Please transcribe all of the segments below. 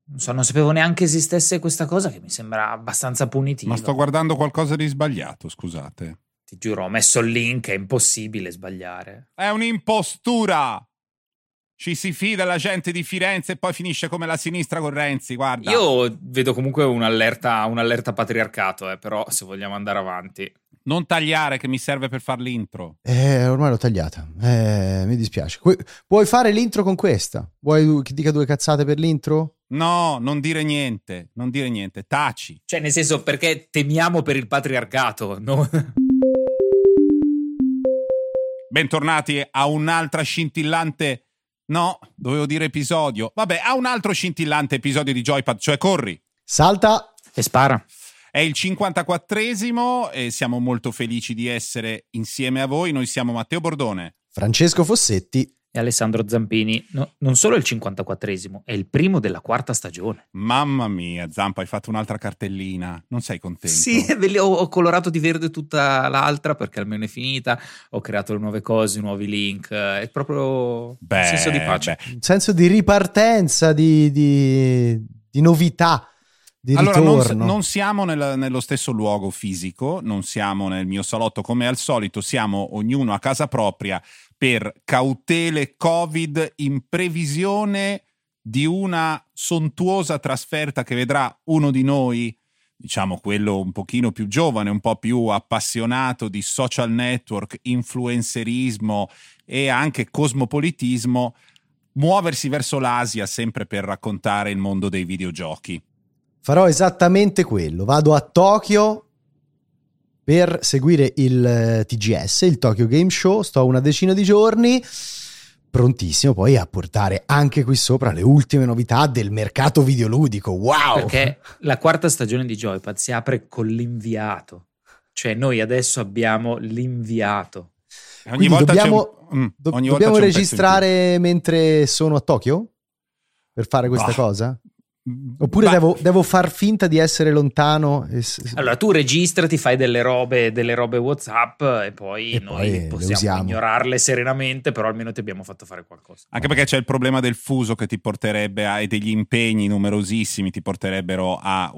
non sapevo neanche esistesse questa cosa, che mi sembra abbastanza punitiva. Ma sto guardando qualcosa di sbagliato, scusate. Ti giuro, ho messo il link, è impossibile sbagliare. È un'impostura! Ci si fida la gente di Firenze e poi finisce come la sinistra con Renzi, guarda. Io vedo comunque un'allerta patriarcato, però se vogliamo andare avanti. Non tagliare, che mi serve per far l'intro. Ormai l'ho tagliata. Mi dispiace. Puoi fare l'intro con questa? Vuoi che dica 2 cazzate per l'intro? No, non dire niente, taci. Cioè, nel senso, perché temiamo per il patriarcato, no? Bentornati a un'altra scintillante... No, dovevo dire episodio. Vabbè, a un altro scintillante episodio di Joypad, cioè corri. Salta. E spara. È il 54esimo e siamo molto felici di essere insieme a voi. Noi siamo Matteo Bordone, Francesco Fossetti e Alessandro Zampini. No, non solo il 54esimo, è il primo della 4ª stagione. Mamma mia, Zampa, hai fatto un'altra cartellina. Non sei contento? Sì, ho colorato di verde tutta l'altra perché almeno è finita. Ho creato le nuove cose, nuovi link. È proprio un senso di pace. Un senso di ripartenza, di novità. Allora, non siamo nello stesso luogo fisico, non siamo nel mio salotto come al solito, siamo ognuno a casa propria per cautele Covid in previsione di una sontuosa trasferta che vedrà uno di noi, diciamo quello un pochino più giovane, un po' più appassionato di social network, influencerismo e anche cosmopolitismo, muoversi verso l'Asia sempre per raccontare il mondo dei videogiochi. Farò esattamente quello. Vado a Tokyo per seguire il TGS, il Tokyo Game Show. Sto una decina di giorni, prontissimo poi a portare anche qui sopra le ultime novità del mercato videoludico. Wow! Perché la 4ª stagione di Joypad si apre con l'inviato. Cioè noi adesso abbiamo l'inviato. Ogni volta dobbiamo registrare mentre sono a Tokyo per fare questa cosa? Oppure devo far finta di essere lontano? Allora tu registrati, fai delle robe WhatsApp e poi noi possiamo ignorarle serenamente, però almeno ti abbiamo fatto fare qualcosa. Anche perché c'è il problema del fuso che ti porterebbe e degli impegni numerosissimi ti porterebbero a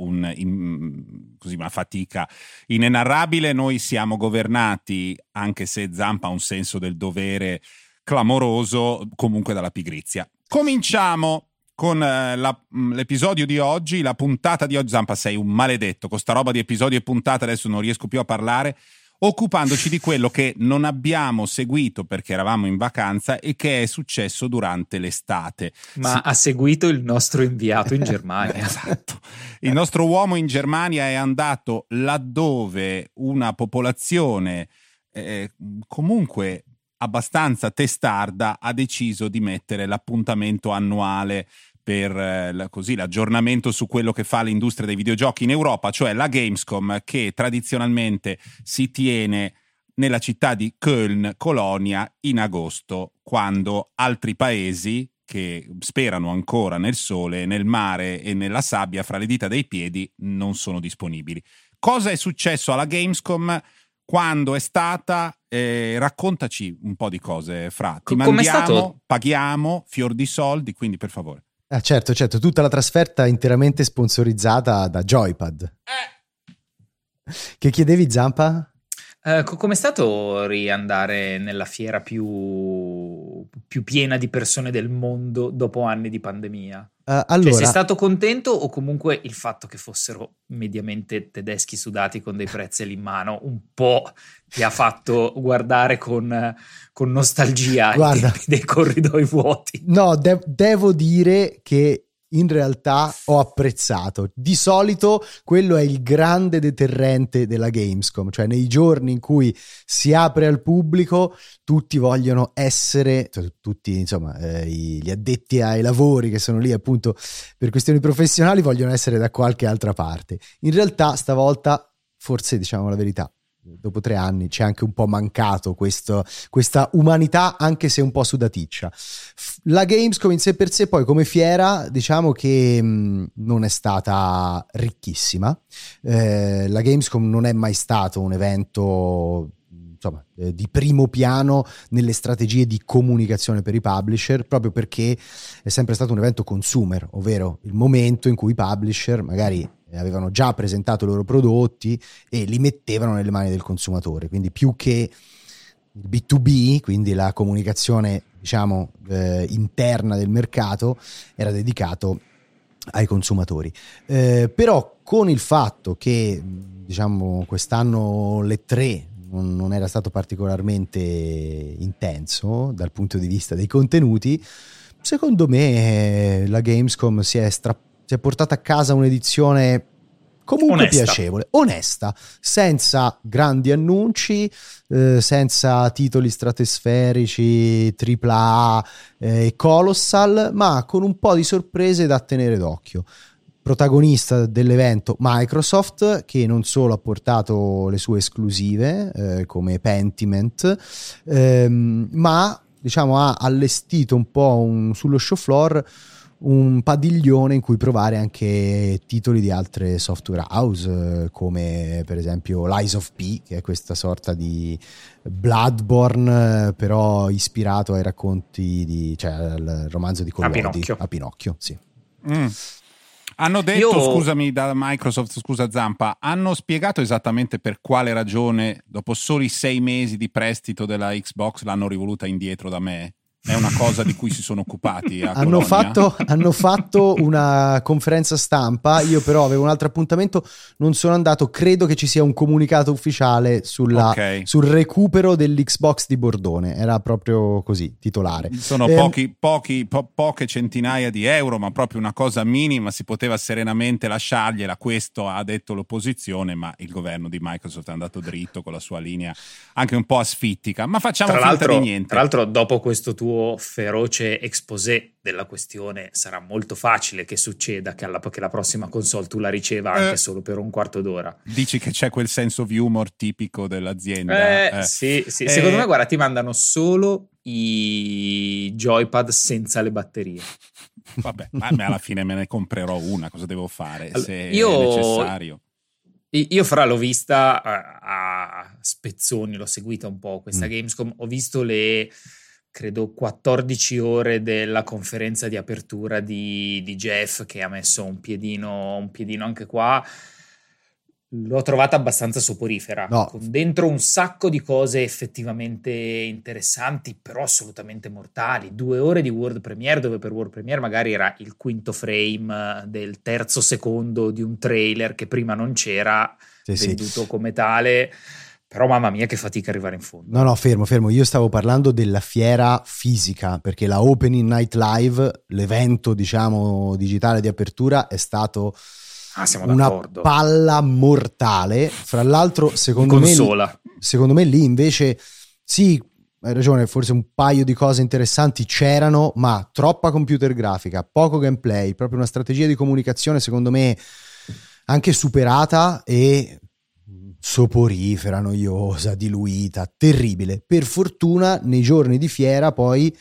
una fatica inenarrabile. Noi siamo governati, anche se Zampa ha un senso del dovere clamoroso, comunque dalla pigrizia. Cominciamo con l'episodio di oggi, la puntata di oggi. Zampa, sei un maledetto con sta roba di episodio e puntate, adesso non riesco più a parlare, occupandoci di quello che non abbiamo seguito perché eravamo in vacanza e che è successo durante l'estate. Ma ha seguito il nostro inviato in Germania. Esatto. Il nostro uomo in Germania è andato laddove una popolazione comunque abbastanza testarda ha deciso di mettere l'appuntamento annuale per l'aggiornamento su quello che fa l'industria dei videogiochi in Europa, cioè la Gamescom, che tradizionalmente si tiene nella città di Köln, Colonia, in agosto, quando altri paesi che sperano ancora nel sole, nel mare e nella sabbia fra le dita dei piedi non sono disponibili. Cosa è successo alla Gamescom? Quando è stata? Raccontaci un po' di cose, Fra. Ti mandiamo, paghiamo, fior di soldi, quindi per favore. Certo, tutta la trasferta interamente sponsorizzata da Joypad. Che chiedevi, Zampa? Com'è stato riandare nella fiera più piena di persone del mondo dopo anni di pandemia? Allora, cioè, sei stato contento o comunque il fatto che fossero mediamente tedeschi sudati con dei pretzeli in mano un po' ti ha fatto guardare con nostalgia i tempi dei corridoi vuoti? No, devo dire che in realtà ho apprezzato. Di solito quello è il grande deterrente della Gamescom, cioè nei giorni in cui si apre al pubblico tutti vogliono essere, tutti insomma gli addetti ai lavori che sono lì appunto per questioni professionali vogliono essere da qualche altra parte. In realtà stavolta, forse diciamo la verità, dopo 3 anni c'è anche un po' mancato questa umanità, anche se un po' sudaticcia. La Gamescom in sé per sé poi come fiera diciamo che non è stata ricchissima. La Gamescom non è mai stato un evento insomma, di primo piano nelle strategie di comunicazione per i publisher, proprio perché è sempre stato un evento consumer, ovvero il momento in cui i publisher magari avevano già presentato i loro prodotti e li mettevano nelle mani del consumatore, quindi più che il B2B, quindi la comunicazione diciamo interna del mercato, era dedicato ai consumatori. Però con il fatto che diciamo quest'anno l'E3 non era stato particolarmente intenso dal punto di vista dei contenuti, secondo me la Gamescom si è portata a casa un'edizione comunque piacevole, onesta, senza grandi annunci, senza titoli stratosferici AAA e Colossal, ma con un po' di sorprese da tenere d'occhio. Protagonista dell'evento Microsoft, che non solo ha portato le sue esclusive come Pentiment, ma diciamo ha allestito un po' sullo show floor un padiglione in cui provare anche titoli di altre software house, come per esempio Lies of P, che è questa sorta di Bloodborne però ispirato ai racconti cioè al romanzo di Collodi, a Pinocchio, sì. Hanno detto, scusami, da Microsoft, scusa Zampa, hanno spiegato esattamente per quale ragione dopo soli 6 mesi di prestito della Xbox l'hanno rivoluta indietro da me? È una cosa di cui si sono occupati a hanno fatto una conferenza stampa, io però avevo un altro appuntamento, non sono andato, credo che ci sia un comunicato ufficiale sul recupero dell'Xbox di Bordone, era proprio così, titolare. Sono poche centinaia di euro, ma proprio una cosa minima, si poteva serenamente lasciargliela, questo ha detto l'opposizione, ma il governo di Microsoft è andato dritto con la sua linea anche un po' asfittica, ma facciamo finta di niente. Tra l'altro dopo questo tuo feroce exposé della questione sarà molto facile che succeda che la prossima console tu la riceva anche solo per un quarto d'ora. Dici che c'è quel sense of humor tipico dell'azienda? Sì. Secondo me, guarda, ti mandano solo i joypad senza le batterie. Vabbè, ma alla fine me ne comprerò una, cosa devo fare se è necessario? Io fra l'ho vista a spezzoni, l'ho seguita un po' questa Gamescom, ho visto le credo 14 ore della conferenza di apertura di Jeff, che ha messo un piedino anche qua. L'ho trovata abbastanza soporifera, con dentro un sacco di cose effettivamente interessanti, però assolutamente mortali. 2 ore di World Premiere, dove per World Premiere magari era il quinto frame del terzo secondo di un trailer che prima non c'era, venduto come tale. Però mamma mia che fatica arrivare in fondo. No, fermo. Io stavo parlando della fiera fisica, perché la Opening Night Live, l'evento diciamo digitale di apertura, è stato una palla mortale. Fra l'altro secondo me lì invece sì, hai ragione, forse un paio di cose interessanti c'erano, ma troppa computer grafica, poco gameplay, proprio una strategia di comunicazione secondo me anche superata e soporifera, noiosa, diluita, terribile. Per fortuna nei giorni di fiera poi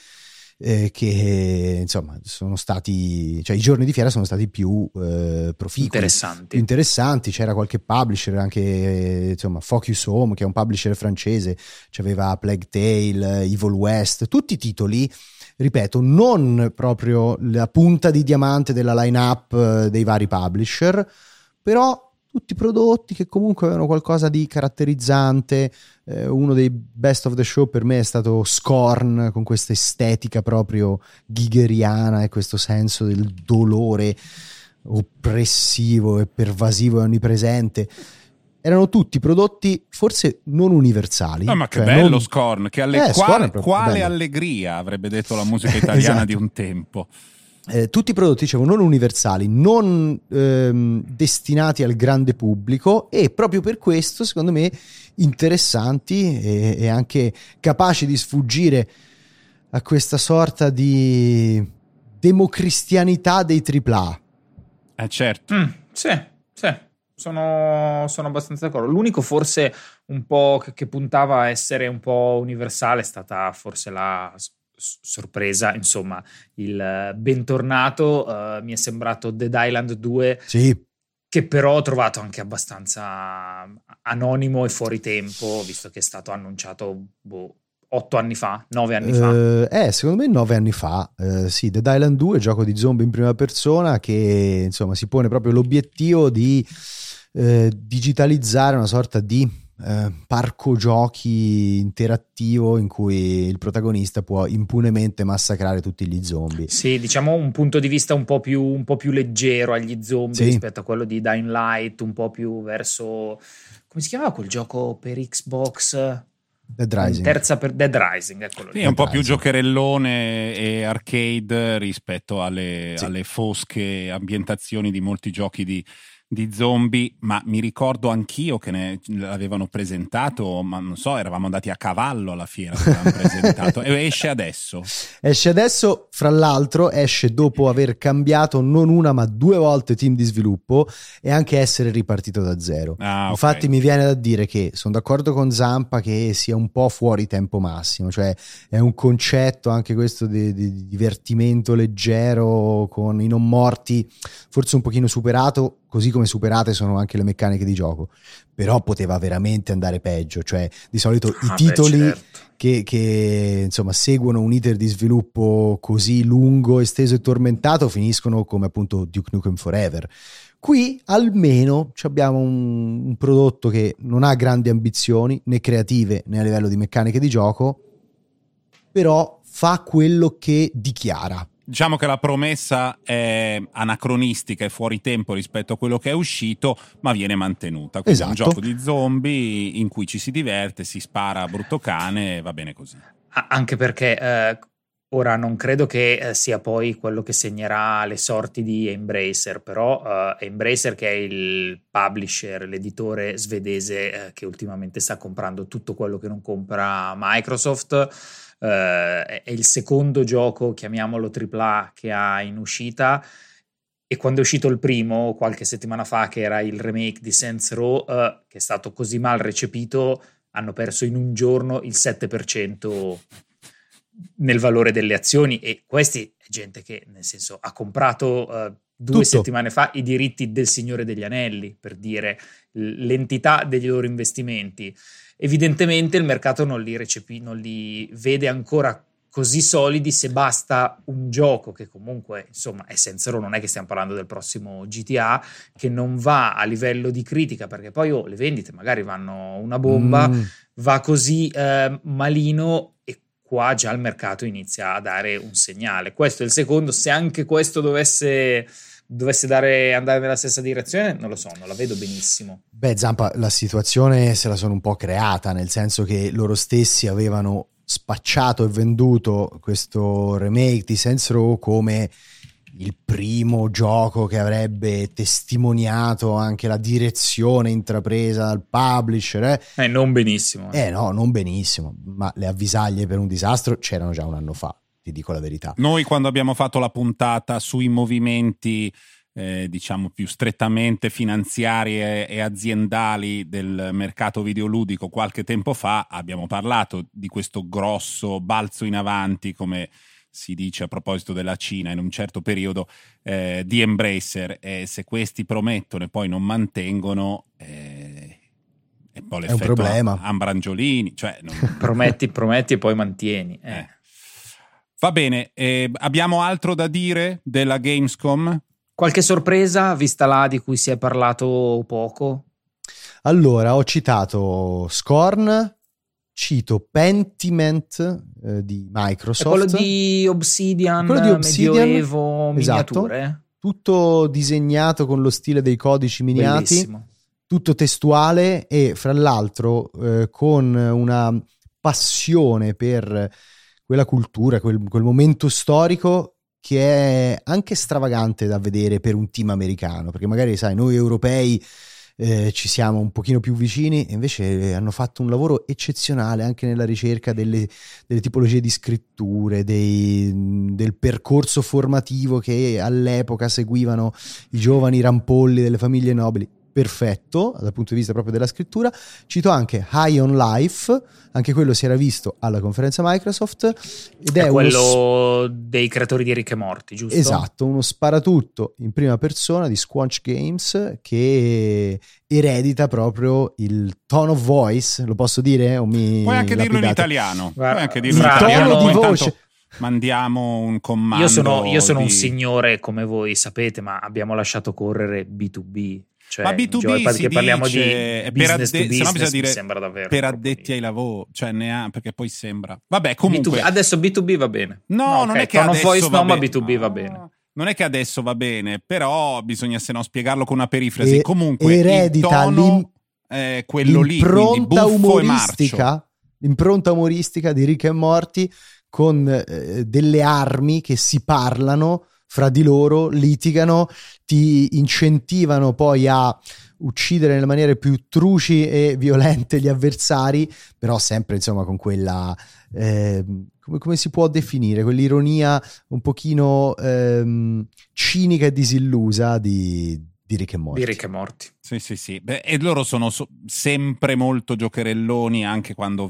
che insomma sono stati, cioè i giorni di fiera sono stati più proficui, interessanti. C'era qualche publisher anche, insomma Focus Home, che è un publisher francese, c'aveva Plague Tale, Evil West, tutti titoli, ripeto, non proprio la punta di diamante della line-up dei vari publisher, però tutti prodotti che comunque avevano qualcosa di caratterizzante. Uno dei best of the show per me è stato Scorn, con questa estetica proprio ghigheriana e questo senso del dolore oppressivo e pervasivo e onnipresente. Erano tutti prodotti forse non universali. Ma che bello Scorn, che quale allegria, avrebbe detto la musica italiana di un tempo. Tutti i prodotti, dicevo, non universali, non destinati al grande pubblico, e proprio per questo secondo me interessanti e anche capaci di sfuggire a questa sorta di democristianità dei AAA. Certo. Sì, sono abbastanza d'accordo. L'unico forse un po' che puntava a essere un po' universale è stata forse la sorpresa, insomma, il bentornato mi è sembrato Dead Island 2. Sì. che però ho trovato anche abbastanza anonimo e fuori tempo, visto che è stato annunciato 8 anni fa, 9 anni fa. Secondo me 9 anni fa, sì, Dead Island 2, gioco di zombie in prima persona che insomma si pone proprio l'obiettivo di digitalizzare una sorta di parco giochi interattivo in cui il protagonista può impunemente massacrare tutti gli zombie. Sì, diciamo un punto di vista un po' più leggero agli zombie rispetto a quello di Dying Light, un po' più verso, come si chiamava quel gioco per Xbox? Dead Rising. Dead Rising, eccolo lì. Sì, è un po' più giocherellone e arcade rispetto alle fosche ambientazioni di molti giochi di zombie, ma mi ricordo anch'io che ne l'avevano presentato, ma non so, eravamo andati a cavallo alla fiera che l'hanno presentato. E esce adesso, fra l'altro esce dopo aver cambiato non una ma 2 volte team di sviluppo e anche essere ripartito da zero. Infatti mi viene da dire che sono d'accordo con Zampa che sia un po' fuori tempo massimo, cioè è un concetto anche questo di divertimento leggero con i non morti forse un pochino superato, così come superate sono anche le meccaniche di gioco, però poteva veramente andare peggio, cioè di solito i titoli che insomma seguono un iter di sviluppo così lungo, esteso e tormentato finiscono come appunto Duke Nukem Forever. Qui almeno abbiamo un prodotto che non ha grandi ambizioni né creative né a livello di meccaniche di gioco, però fa quello che dichiara. Diciamo che la promessa è anacronistica e fuori tempo rispetto a quello che è uscito, ma viene mantenuta. Quindi esatto. È un gioco di zombie in cui ci si diverte, si spara a brutto cane e va bene così. Anche perché ora non credo che sia poi quello che segnerà le sorti di Embracer, però Embracer, che è il publisher, l'editore svedese che ultimamente sta comprando tutto quello che non compra Microsoft, è il secondo gioco, chiamiamolo AAA, che ha in uscita, e quando è uscito il primo qualche settimana fa, che era il remake di Saints Row, che è stato così mal recepito, hanno perso in un giorno il 7% nel valore delle azioni, e questi è gente che nel senso ha comprato 2 settimane fa i diritti del Signore degli Anelli, per dire l'entità degli loro investimenti. Evidentemente il mercato non li vede ancora così solidi, se basta un gioco che comunque insomma è Saints Row, non è che stiamo parlando del prossimo GTA, che non va a livello di critica, perché poi le vendite magari vanno una bomba, va così malino, e qua già il mercato inizia a dare un segnale. Questo è il secondo, se anche questo dovesse andare nella stessa direzione, non lo so, non la vedo benissimo. Beh, Zampa, la situazione se la sono un po' creata, nel senso che loro stessi avevano spacciato e venduto questo remake di Saints Row come il primo gioco che avrebbe testimoniato anche la direzione intrapresa dal publisher. Non benissimo. No, non benissimo, ma le avvisaglie per un disastro c'erano già un anno fa, ti dico la verità. Noi quando abbiamo fatto la puntata sui movimenti diciamo più strettamente finanziari e aziendali del mercato videoludico qualche tempo fa, abbiamo parlato di questo grosso balzo in avanti, come si dice a proposito della Cina in un certo periodo, di Embracer, e se questi promettono e poi non mantengono e poi l'effetto è un problema. Ambrangiolini, cioè prometti e poi mantieni. Va bene, abbiamo altro da dire della Gamescom? Qualche sorpresa vista là di cui si è parlato poco? Allora, ho citato Scorn, cito Pentiment di Microsoft. È quello di Obsidian, Medioevo, miniature. Esatto. Tutto disegnato con lo stile dei codici miniati. Bellissimo. Tutto testuale e fra l'altro con una passione per quella cultura, quel momento storico che è anche stravagante da vedere per un team americano, perché magari sai, noi europei ci siamo un pochino più vicini, e invece hanno fatto un lavoro eccezionale anche nella ricerca delle tipologie di scritture, del percorso formativo che all'epoca seguivano i giovani rampolli delle famiglie nobili. perfetto dal punto di vista proprio della scrittura. Cito anche High on Life, anche quello si era visto alla conferenza Microsoft, ed è quello dei creatori di Rick e Morty, giusto? Esatto, uno sparatutto in prima persona di Squanch Games che eredita proprio il tone of voice, lo posso dire? Puoi anche dirlo in italiano. Tono di voce. Mandiamo un comando. Io sono un signore come voi sapete, ma abbiamo lasciato correre B2B. Cioè, ma B2B si parliamo dice di business to business, no, bisogna dire sembra davvero per addetti ai lavori, cioè perché poi sembra. Vabbè, comunque B2B, adesso B2B va bene. No, non è che adesso voice va ma bene. B2B va bene. Non è che adesso va bene, però bisogna se no spiegarlo con una perifrasi. Comunque eredita il tono quello lì, quindi buffo e marcio. L'impronta umoristica di Rick e Morty, con delle armi che si parlano fra di loro, litigano, ti incentivano poi a uccidere nelle maniere più truci e violente gli avversari, però sempre insomma con quella come si può definire, quell'ironia un pochino cinica e disillusa di Rick e Morty. Di Rick e Morty. Sì. Beh, e loro sono sempre molto giocherelloni anche quando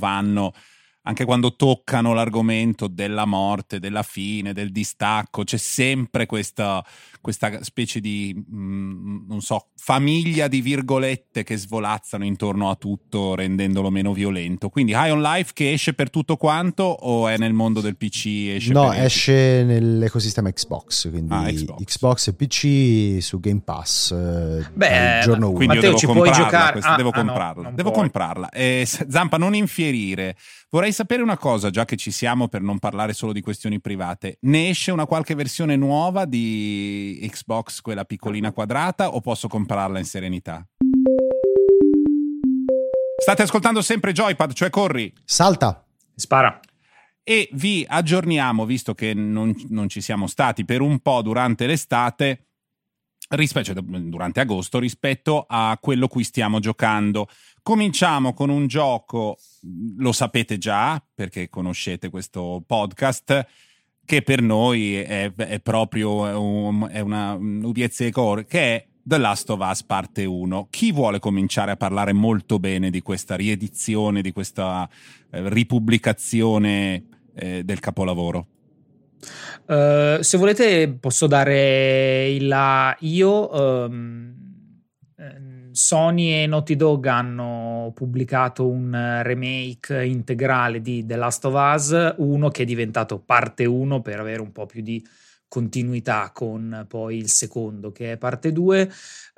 toccano l'argomento della morte, della fine, del distacco. C'è sempre questa specie di non so, famiglia di virgolette che svolazzano intorno a tutto, rendendolo meno violento. Quindi High on Life che esce per tutto quanto, o è nel mondo del PC? Esce nell'ecosistema Xbox, quindi Xbox e PC su Game Pass il giorno 1. Quindi Matteo, ci puoi giocare? Devo comprarla. Devo comprarla. Zampa, non infierire. Vorrei sapere una cosa, già che ci siamo, per non parlare solo di questioni private. Ne esce una qualche versione nuova di Xbox, quella piccolina quadrata, o posso comprarla in serenità? State ascoltando sempre Joypad, cioè corri. Salta. Spara. E vi aggiorniamo, visto che non ci siamo stati per un po' durante l'estate, durante agosto, rispetto a quello cui stiamo giocando. Cominciamo con un gioco, lo sapete già perché conoscete questo podcast, che per noi è proprio una udienza di core, che è The Last of Us parte 1. Chi vuole cominciare a parlare molto bene di questa riedizione, di questa ripubblicazione del capolavoro? Se volete posso dare io. Sony e Naughty Dog hanno pubblicato un remake integrale di The Last of Us 1 che è diventato parte 1 per avere un po' più di continuità con poi il secondo che è parte 2.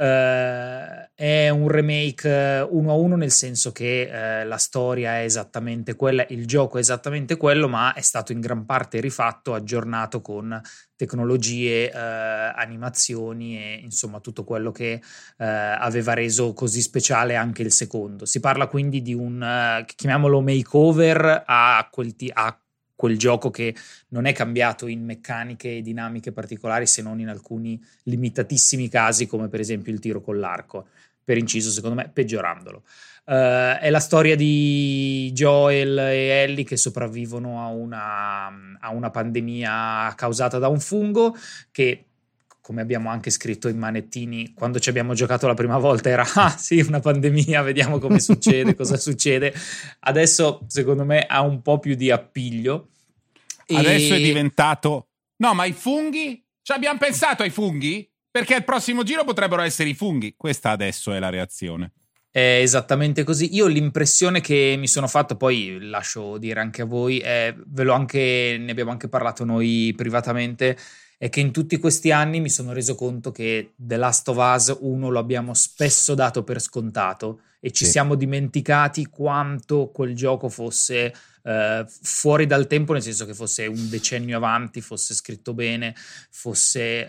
È un remake 1-1 nel senso che la storia è esattamente quella, il gioco è esattamente quello, ma è stato in gran parte rifatto, aggiornato con tecnologie, animazioni e insomma tutto quello che aveva reso così speciale anche il secondo. Si parla quindi di un chiamiamolo makeover a quel gioco che non è cambiato in meccaniche e dinamiche particolari, se non in alcuni limitatissimi casi, come per esempio il tiro con l'arco, per inciso secondo me peggiorandolo. È la storia di Joel e Ellie che sopravvivono a una pandemia causata da un fungo che, come abbiamo anche scritto in manettini quando ci abbiamo giocato la prima volta, era sì, una pandemia, vediamo come succede, cosa succede. Adesso secondo me ha un po' più di appiglio. Adesso è diventato no, ma i funghi? Ci abbiamo pensato ai funghi? Perché al prossimo giro potrebbero essere i funghi. Questa adesso è la reazione. È esattamente così. Io l'impressione che mi sono fatto, poi lascio dire anche a voi, ne abbiamo anche parlato noi privatamente, è che in tutti questi anni mi sono reso conto che The Last of Us 1 lo abbiamo spesso dato per scontato e ci siamo dimenticati quanto quel gioco fosse fuori dal tempo, nel senso che fosse un decennio avanti, fosse scritto bene, fosse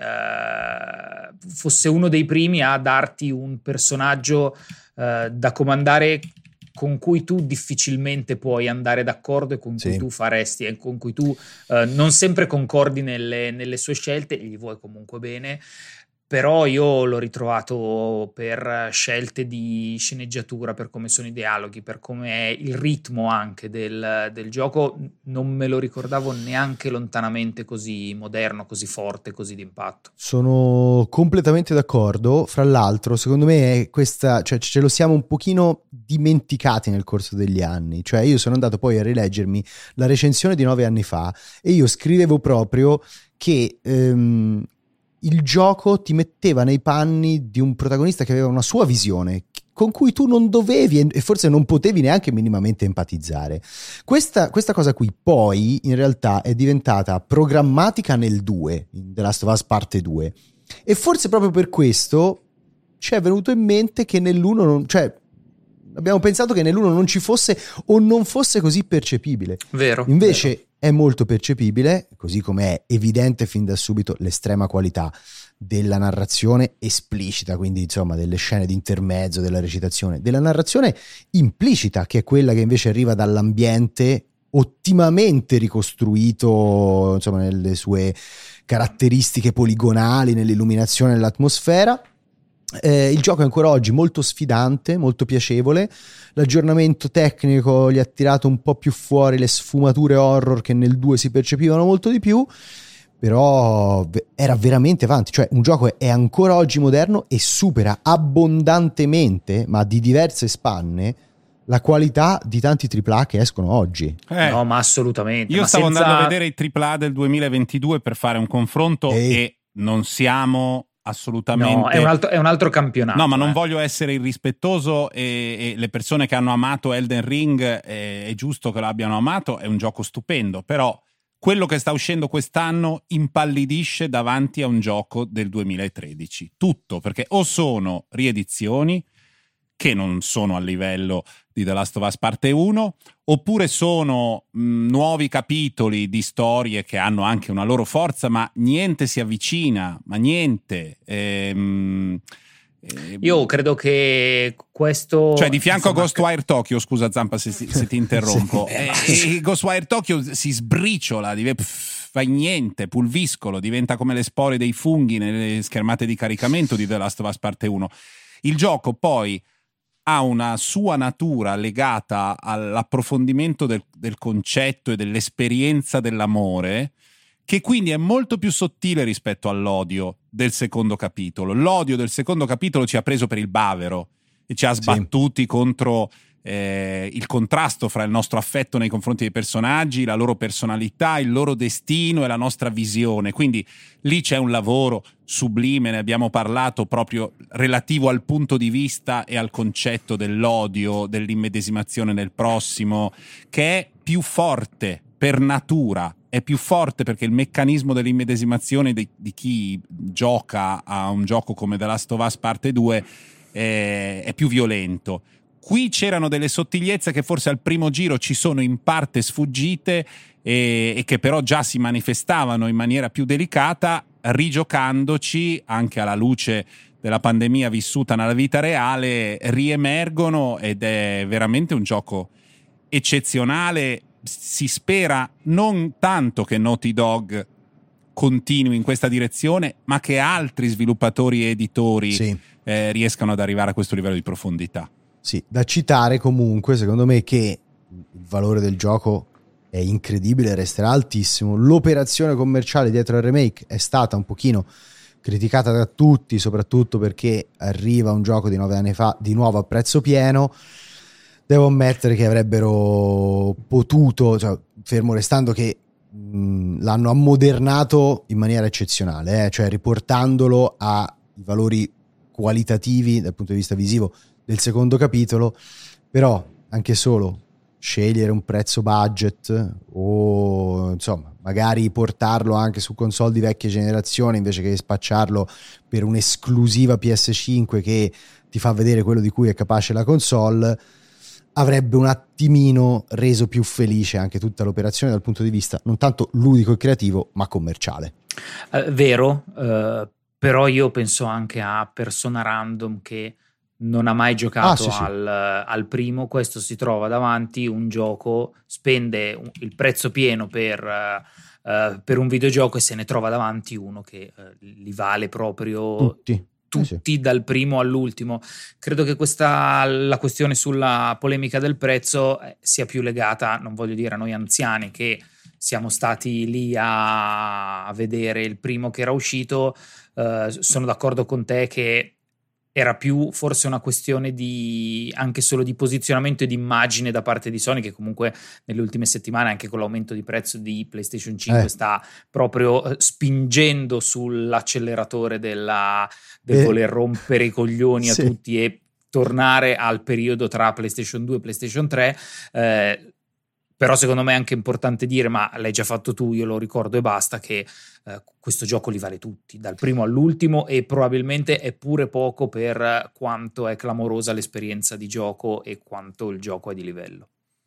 uno dei primi a darti un personaggio da comandare con cui tu difficilmente puoi andare d'accordo e con cui tu faresti e con cui tu non sempre concordi nelle sue scelte, gli vuoi comunque bene. però io l'ho ritrovato per scelte di sceneggiatura, per come sono i dialoghi, per come è il ritmo anche del gioco, non me lo ricordavo neanche lontanamente così moderno, così forte, così d'impatto. Sono completamente d'accordo. Fra l'altro, secondo me è questa, cioè ce lo siamo un pochino dimenticati nel corso degli anni. Cioè io sono andato poi a rileggermi la recensione di 9 anni fa e io scrivevo proprio che il gioco ti metteva nei panni di un protagonista che aveva una sua visione con cui tu non dovevi e forse non potevi neanche minimamente empatizzare. Questa cosa qui poi in realtà è diventata programmatica nel 2, in The Last of Us parte 2, e forse proprio per questo ci è venuto in mente che nell'1 non, cioè abbiamo pensato che nell'1 non ci fosse o non fosse così percepibile. Vero. Invece vero. È molto percepibile, così come è evidente fin da subito l'estrema qualità della narrazione esplicita, quindi insomma delle scene di intermezzo, della recitazione, della narrazione implicita, che è quella che invece arriva dall'ambiente ottimamente ricostruito, insomma nelle sue caratteristiche poligonali, nell'illuminazione, nell'atmosfera. Il gioco è ancora oggi molto sfidante, molto piacevole. L'aggiornamento tecnico gli ha tirato un po' più fuori le sfumature horror che nel 2 si percepivano molto di più, però era veramente avanti. Cioè un gioco è ancora oggi moderno e supera abbondantemente, ma di diverse spanne, la qualità di tanti AAA che escono oggi. No, ma assolutamente. Io stavo andando a vedere i AAA del 2022 per fare un confronto e non siamo assolutamente. No, è un altro campionato. No, ma non voglio essere irrispettoso e le persone che hanno amato Elden Ring è giusto che lo abbiano amato, è un gioco stupendo, però quello che sta uscendo quest'anno impallidisce davanti a un gioco del 2013. Tutto, perché o sono riedizioni che non sono a livello di The Last of Us parte 1, oppure sono nuovi capitoli di storie che hanno anche una loro forza, ma niente si avvicina, ma niente. Io credo che questo... Cioè di fianco a Ghostwire Tokyo, scusa Zampa se ti interrompo, Ghostwire Tokyo si sbriciola, fa niente, pulviscolo, diventa come le spore dei funghi nelle schermate di caricamento di The Last of Us parte 1. Il gioco poi ha una sua natura legata all'approfondimento del concetto e dell'esperienza dell'amore, che quindi è molto più sottile rispetto all'odio del secondo capitolo. L'odio del secondo capitolo ci ha preso per il bavero e ci ha sbattuti contro il contrasto fra il nostro affetto nei confronti dei personaggi, la loro personalità, il loro destino e la nostra visione. Quindi lì c'è un lavoro sublime, ne abbiamo parlato, proprio relativo al punto di vista e al concetto dell'odio, dell'immedesimazione nel prossimo, che è più forte per natura, è più forte perché il meccanismo dell'immedesimazione di chi gioca a un gioco come The Last of Us parte 2 è più violento. Qui c'erano delle sottigliezze che forse al primo giro ci sono in parte sfuggite e che però già si manifestavano in maniera più delicata, rigiocandoci anche alla luce della pandemia vissuta nella vita reale, riemergono ed è veramente un gioco eccezionale. Si spera non tanto che Naughty Dog continui in questa direzione, ma che altri sviluppatori e editori riescano ad arrivare a questo livello di profondità. Sì, da citare comunque, secondo me, che il valore del gioco è incredibile, resterà altissimo. L'operazione commerciale dietro al remake è stata un pochino criticata da tutti, soprattutto perché arriva un gioco di 9 anni fa di nuovo a prezzo pieno. Devo ammettere che avrebbero potuto, cioè, fermo restando che l'hanno ammodernato in maniera eccezionale, cioè riportandolo ai valori qualitativi dal punto di vista visivo del secondo capitolo, però anche solo scegliere un prezzo budget o insomma magari portarlo anche su console di vecchia generazione invece che spacciarlo per un'esclusiva PS5 che ti fa vedere quello di cui è capace la console, avrebbe un attimino reso più felice anche tutta l'operazione dal punto di vista non tanto ludico e creativo ma commerciale. Vero, però io penso anche a Persona Random che non ha mai giocato al primo, questo si trova davanti un gioco, spende il prezzo pieno per per un videogioco, e se ne trova davanti uno che li vale proprio tutti dal primo all'ultimo. Credo che la questione sulla polemica del prezzo sia più legata, non voglio dire a noi anziani che siamo stati lì a vedere il primo che era uscito. Sono d'accordo con te che era più forse una questione anche solo di posizionamento e di immagine da parte di Sony, che comunque nelle ultime settimane, anche con l'aumento di prezzo di PlayStation 5, sta proprio spingendo sull'acceleratore del voler rompere i coglioni a tutti e tornare al periodo tra PlayStation 2 e PlayStation 3. Però secondo me è anche importante dire, ma l'hai già fatto tu, io lo ricordo e basta, che questo gioco li vale tutti, dal primo all'ultimo, e probabilmente è pure poco per quanto è clamorosa l'esperienza di gioco e quanto il gioco è di livello.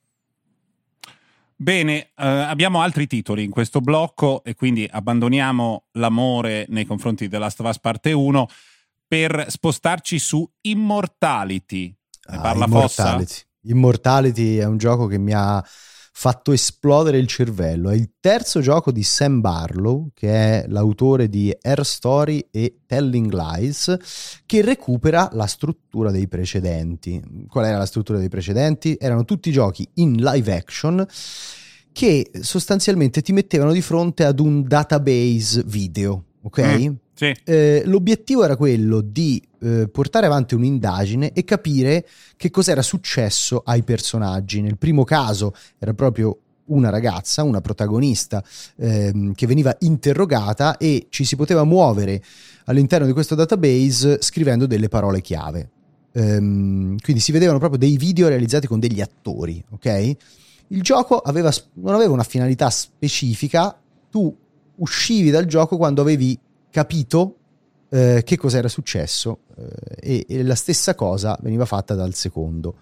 Bene, abbiamo altri titoli in questo blocco e quindi abbandoniamo l'amore nei confronti di The Last of Us Parte 1 per spostarci su Immortality. Ne parla Fossa? Immortality è un gioco che mi ha fatto esplodere il cervello. È il terzo gioco di Sam Barlow, che è l'autore di Her Story e Telling Lies, che recupera la struttura dei precedenti. Qual era la struttura dei precedenti? Erano tutti giochi in live action che sostanzialmente ti mettevano di fronte ad un database video, ok? Sì. L'obiettivo era quello di portare avanti un'indagine e capire che cos'era successo ai personaggi. Nel primo caso era proprio una ragazza, una protagonista che veniva interrogata e ci si poteva muovere all'interno di questo database scrivendo delle parole chiave. Quindi si vedevano proprio dei video realizzati con degli attori, ok? Il gioco non aveva una finalità specifica, tu uscivi dal gioco quando avevi capito che cosa era successo, e la stessa cosa veniva fatta dal secondo,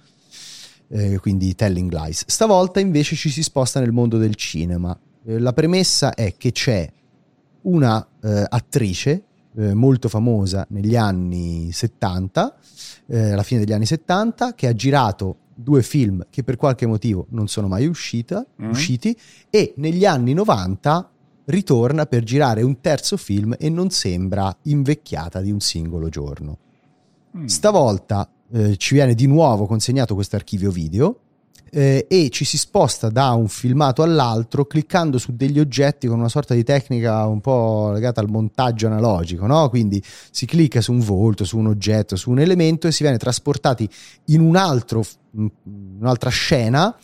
quindi Telling Lies. Stavolta invece ci si sposta nel mondo del cinema. La premessa è che c'è una attrice molto famosa negli anni 70, alla fine degli anni 70, che ha girato 2 film che per qualche motivo non sono mai usciti, e negli anni 90 ritorna per girare un terzo film e non sembra invecchiata di un singolo giorno. Stavolta ci viene di nuovo consegnato questo archivio video e ci si sposta da un filmato all'altro cliccando su degli oggetti con una sorta di tecnica un po' legata al montaggio analogico, no? Quindi si clicca su un volto, su un oggetto, su un elemento e si viene trasportati in un'altra scena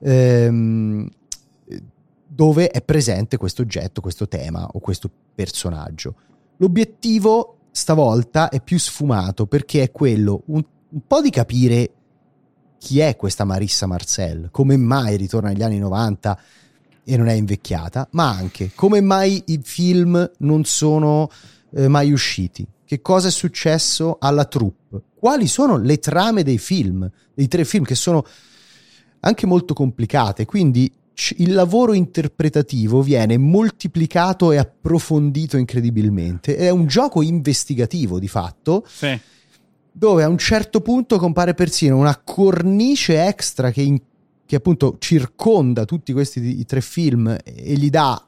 dove è presente questo oggetto, questo tema o questo personaggio. L'obiettivo stavolta è più sfumato, perché è quello un po' di capire chi è questa Marissa Marcel, come mai ritorna negli anni 90 e non è invecchiata, ma anche come mai i film non sono mai usciti, che cosa è successo alla troupe, quali sono le trame dei 3 film, che sono anche molto complicate, quindi il lavoro interpretativo viene moltiplicato e approfondito incredibilmente. È un gioco investigativo di fatto, sì, dove a un certo punto compare persino una cornice extra che appunto circonda tutti questi 3 film e gli dà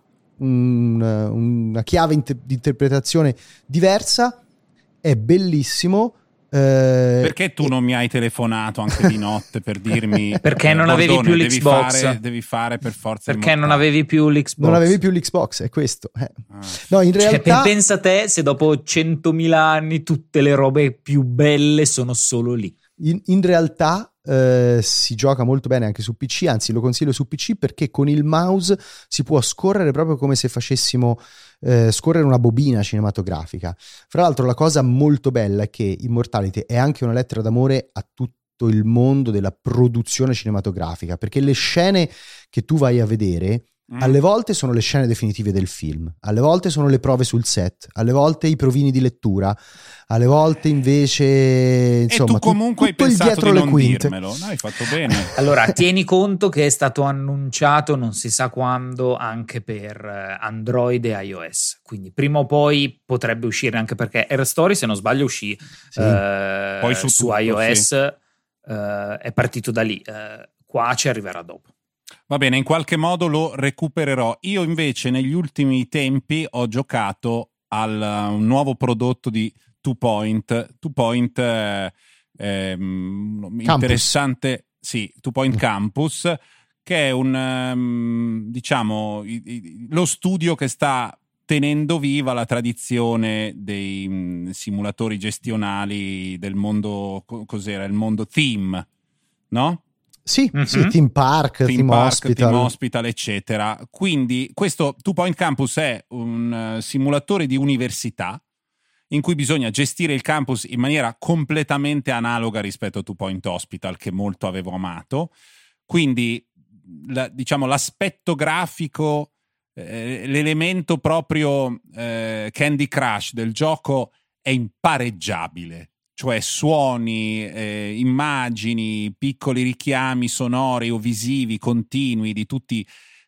una chiave di interpretazione diversa. È bellissimo. Perché tu non mi hai telefonato anche di notte per dirmi perché non avevi più l'Xbox? Devi fare per forza perché non avevi più l'Xbox? Non avevi più l'Xbox, è questo. No, in realtà pensa te se dopo 100.000 anni tutte le robe più belle sono solo lì. In realtà si gioca molto bene anche su PC, anzi lo consiglio su PC perché con il mouse si può scorrere proprio come se facessimo scorrere una bobina cinematografica. Fra l'altro la cosa molto bella è che Immortality è anche una lettera d'amore a tutto il mondo della produzione cinematografica, perché le scene che tu vai a vedere alle volte sono le scene definitive del film, alle volte sono le prove sul set, alle volte i provini di lettura, alle volte invece insomma, e tu comunque tutto hai il pensato dietro di le non quinte. dirmelo. No, hai fatto bene. Allora tieni conto che è stato annunciato non si sa quando anche per Android e iOS, quindi prima o poi potrebbe uscire, anche perché Her Story se non sbaglio uscì poi su tutto, iOS, sì. è partito da lì, qua ci arriverà dopo. Va bene, in qualche modo lo recupererò. Io invece negli ultimi tempi ho giocato al un nuovo prodotto di Two Point. Two Point interessante, sì, Two Point Campus, che è un diciamo lo studio che sta tenendo viva la tradizione dei simulatori gestionali del mondo, cos'era? Il mondo Theme, no? Sì, sì, Theme Park, Theme Hospital, eccetera. Quindi questo Two Point Campus è un simulatore di università in cui bisogna gestire il campus in maniera completamente analoga rispetto a Two Point Hospital, che molto avevo amato. Quindi diciamo l'aspetto grafico, l'elemento proprio Candy Crush del gioco è impareggiabile. Cioè suoni, immagini, piccoli richiami sonori o visivi continui di tutti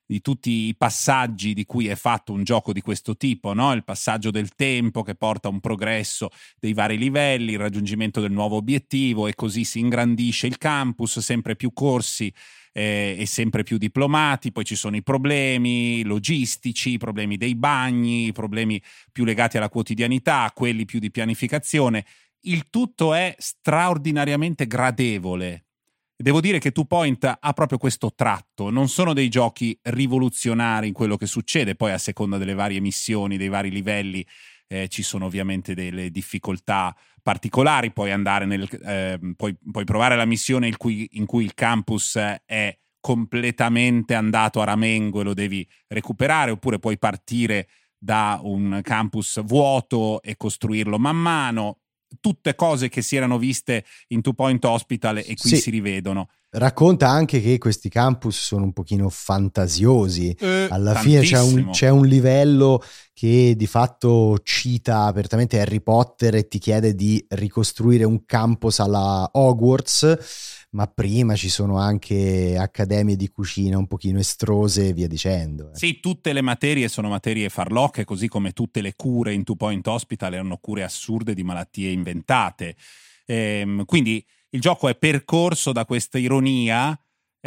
i passaggi di cui è fatto un gioco di questo tipo, no? Il passaggio del tempo che porta a un progresso dei vari livelli, il raggiungimento del nuovo obiettivo, e così si ingrandisce il campus, sempre più corsi e sempre più diplomati. Poi ci sono i problemi logistici, i problemi dei bagni, i problemi più legati alla quotidianità, quelli più di pianificazione. Il tutto è straordinariamente gradevole. Devo dire che Two Point ha proprio questo tratto. Non sono dei giochi rivoluzionari in quello che succede, poi a seconda delle varie missioni, dei vari livelli, ci sono ovviamente delle difficoltà particolari. Puoi andare puoi provare la missione in cui il campus è completamente andato a ramengo e lo devi recuperare, oppure puoi partire da un campus vuoto e costruirlo man mano. Tutte cose che si erano viste in Two Point Hospital e qui si rivedono. Racconta anche che questi campus sono un pochino fantasiosi. Alla fine c'è un livello che di fatto cita apertamente Harry Potter e ti chiede di ricostruire un campus alla Hogwarts, ma prima ci sono anche accademie di cucina un pochino estrose e via dicendo. Sì, tutte le materie sono materie farlocche, così come tutte le cure in Two Point Hospital erano cure assurde di malattie inventate. Quindi il gioco è percorso da questa ironia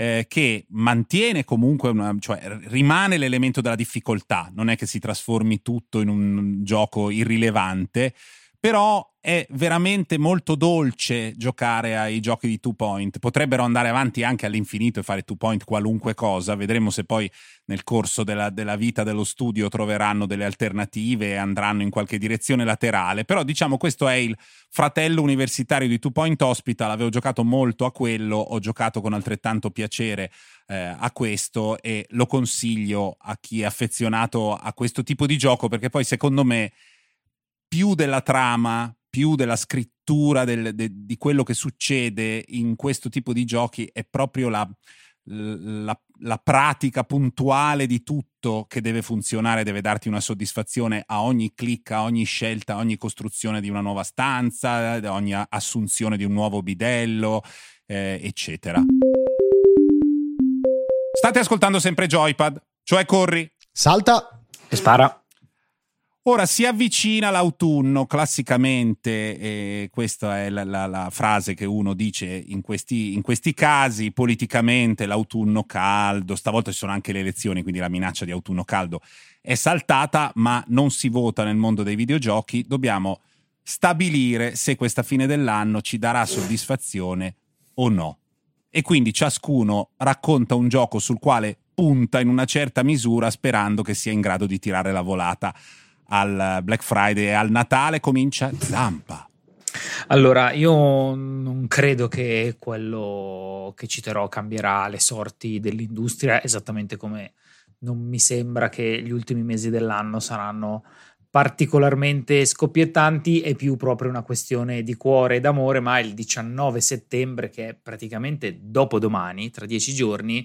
che mantiene comunque cioè rimane l'elemento della difficoltà. Non è che si trasformi tutto in un gioco irrilevante, però è veramente molto dolce giocare ai giochi di Two Point. Potrebbero andare avanti anche all'infinito e fare Two Point qualunque cosa. Vedremo se poi nel corso della vita dello studio troveranno delle alternative e andranno in qualche direzione laterale. Però diciamo questo è il fratello universitario di Two Point Hospital. Avevo giocato molto a quello, ho giocato con altrettanto piacere a questo, e lo consiglio a chi è affezionato a questo tipo di gioco, perché poi secondo me più della trama, più della scrittura di quello che succede in questo tipo di giochi è proprio la pratica puntuale di tutto che deve funzionare, deve darti una soddisfazione a ogni click, a ogni scelta, a ogni costruzione di una nuova stanza, a ogni assunzione di un nuovo bidello, eccetera. State ascoltando sempre Joypad, cioè corri, salta e spara. Ora si avvicina l'autunno, classicamente, e questa è la frase che uno dice in questi casi. Politicamente l'autunno caldo, stavolta ci sono anche le elezioni, quindi la minaccia di autunno caldo è saltata, ma non si vota nel mondo dei videogiochi. Dobbiamo stabilire se questa fine dell'anno ci darà soddisfazione o no. E quindi ciascuno racconta un gioco sul quale punta in una certa misura, sperando che sia in grado di tirare la volata al Black Friday e al Natale. Comincia Zampa. Allora, io non credo che quello che citerò cambierà le sorti dell'industria, esattamente come non mi sembra che gli ultimi mesi dell'anno saranno particolarmente scoppiettanti. È più proprio una questione di cuore e d'amore, ma il 19 settembre, che è praticamente dopodomani, tra 10 giorni,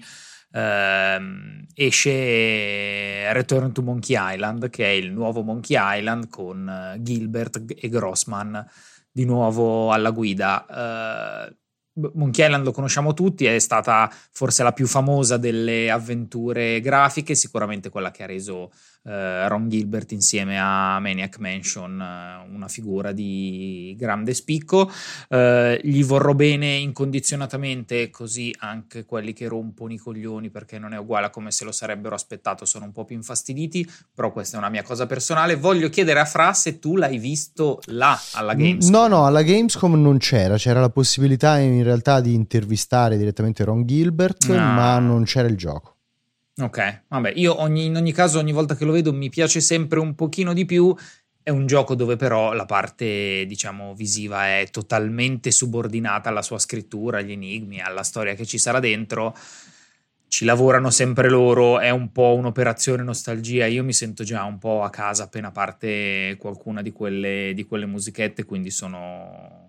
esce Return to Monkey Island, che è il nuovo Monkey Island con Gilbert e Grossman di nuovo alla guida. Monkey Island lo conosciamo tutti, è stata forse la più famosa delle avventure grafiche, sicuramente quella che ha reso Ron Gilbert insieme a Maniac Mansion, una figura di grande spicco. Gli vorrò bene incondizionatamente, così anche quelli che rompono i coglioni perché non è uguale a come se lo sarebbero aspettato sono un po' più infastiditi, però questa è una mia cosa personale. Voglio chiedere a Fra se tu l'hai visto là alla Gamescom. No, alla Gamescom non c'era la possibilità in realtà di intervistare direttamente Ron Gilbert, ma non c'era il gioco. Ok, vabbè, io in ogni caso ogni volta che lo vedo mi piace sempre un pochino di più. È un gioco dove però la parte, diciamo, visiva è totalmente subordinata alla sua scrittura, agli enigmi, alla storia che ci sarà dentro. Ci lavorano sempre loro, è un po' un'operazione nostalgia. Io mi sento già un po' a casa appena parte qualcuna di quelle musichette, quindi sono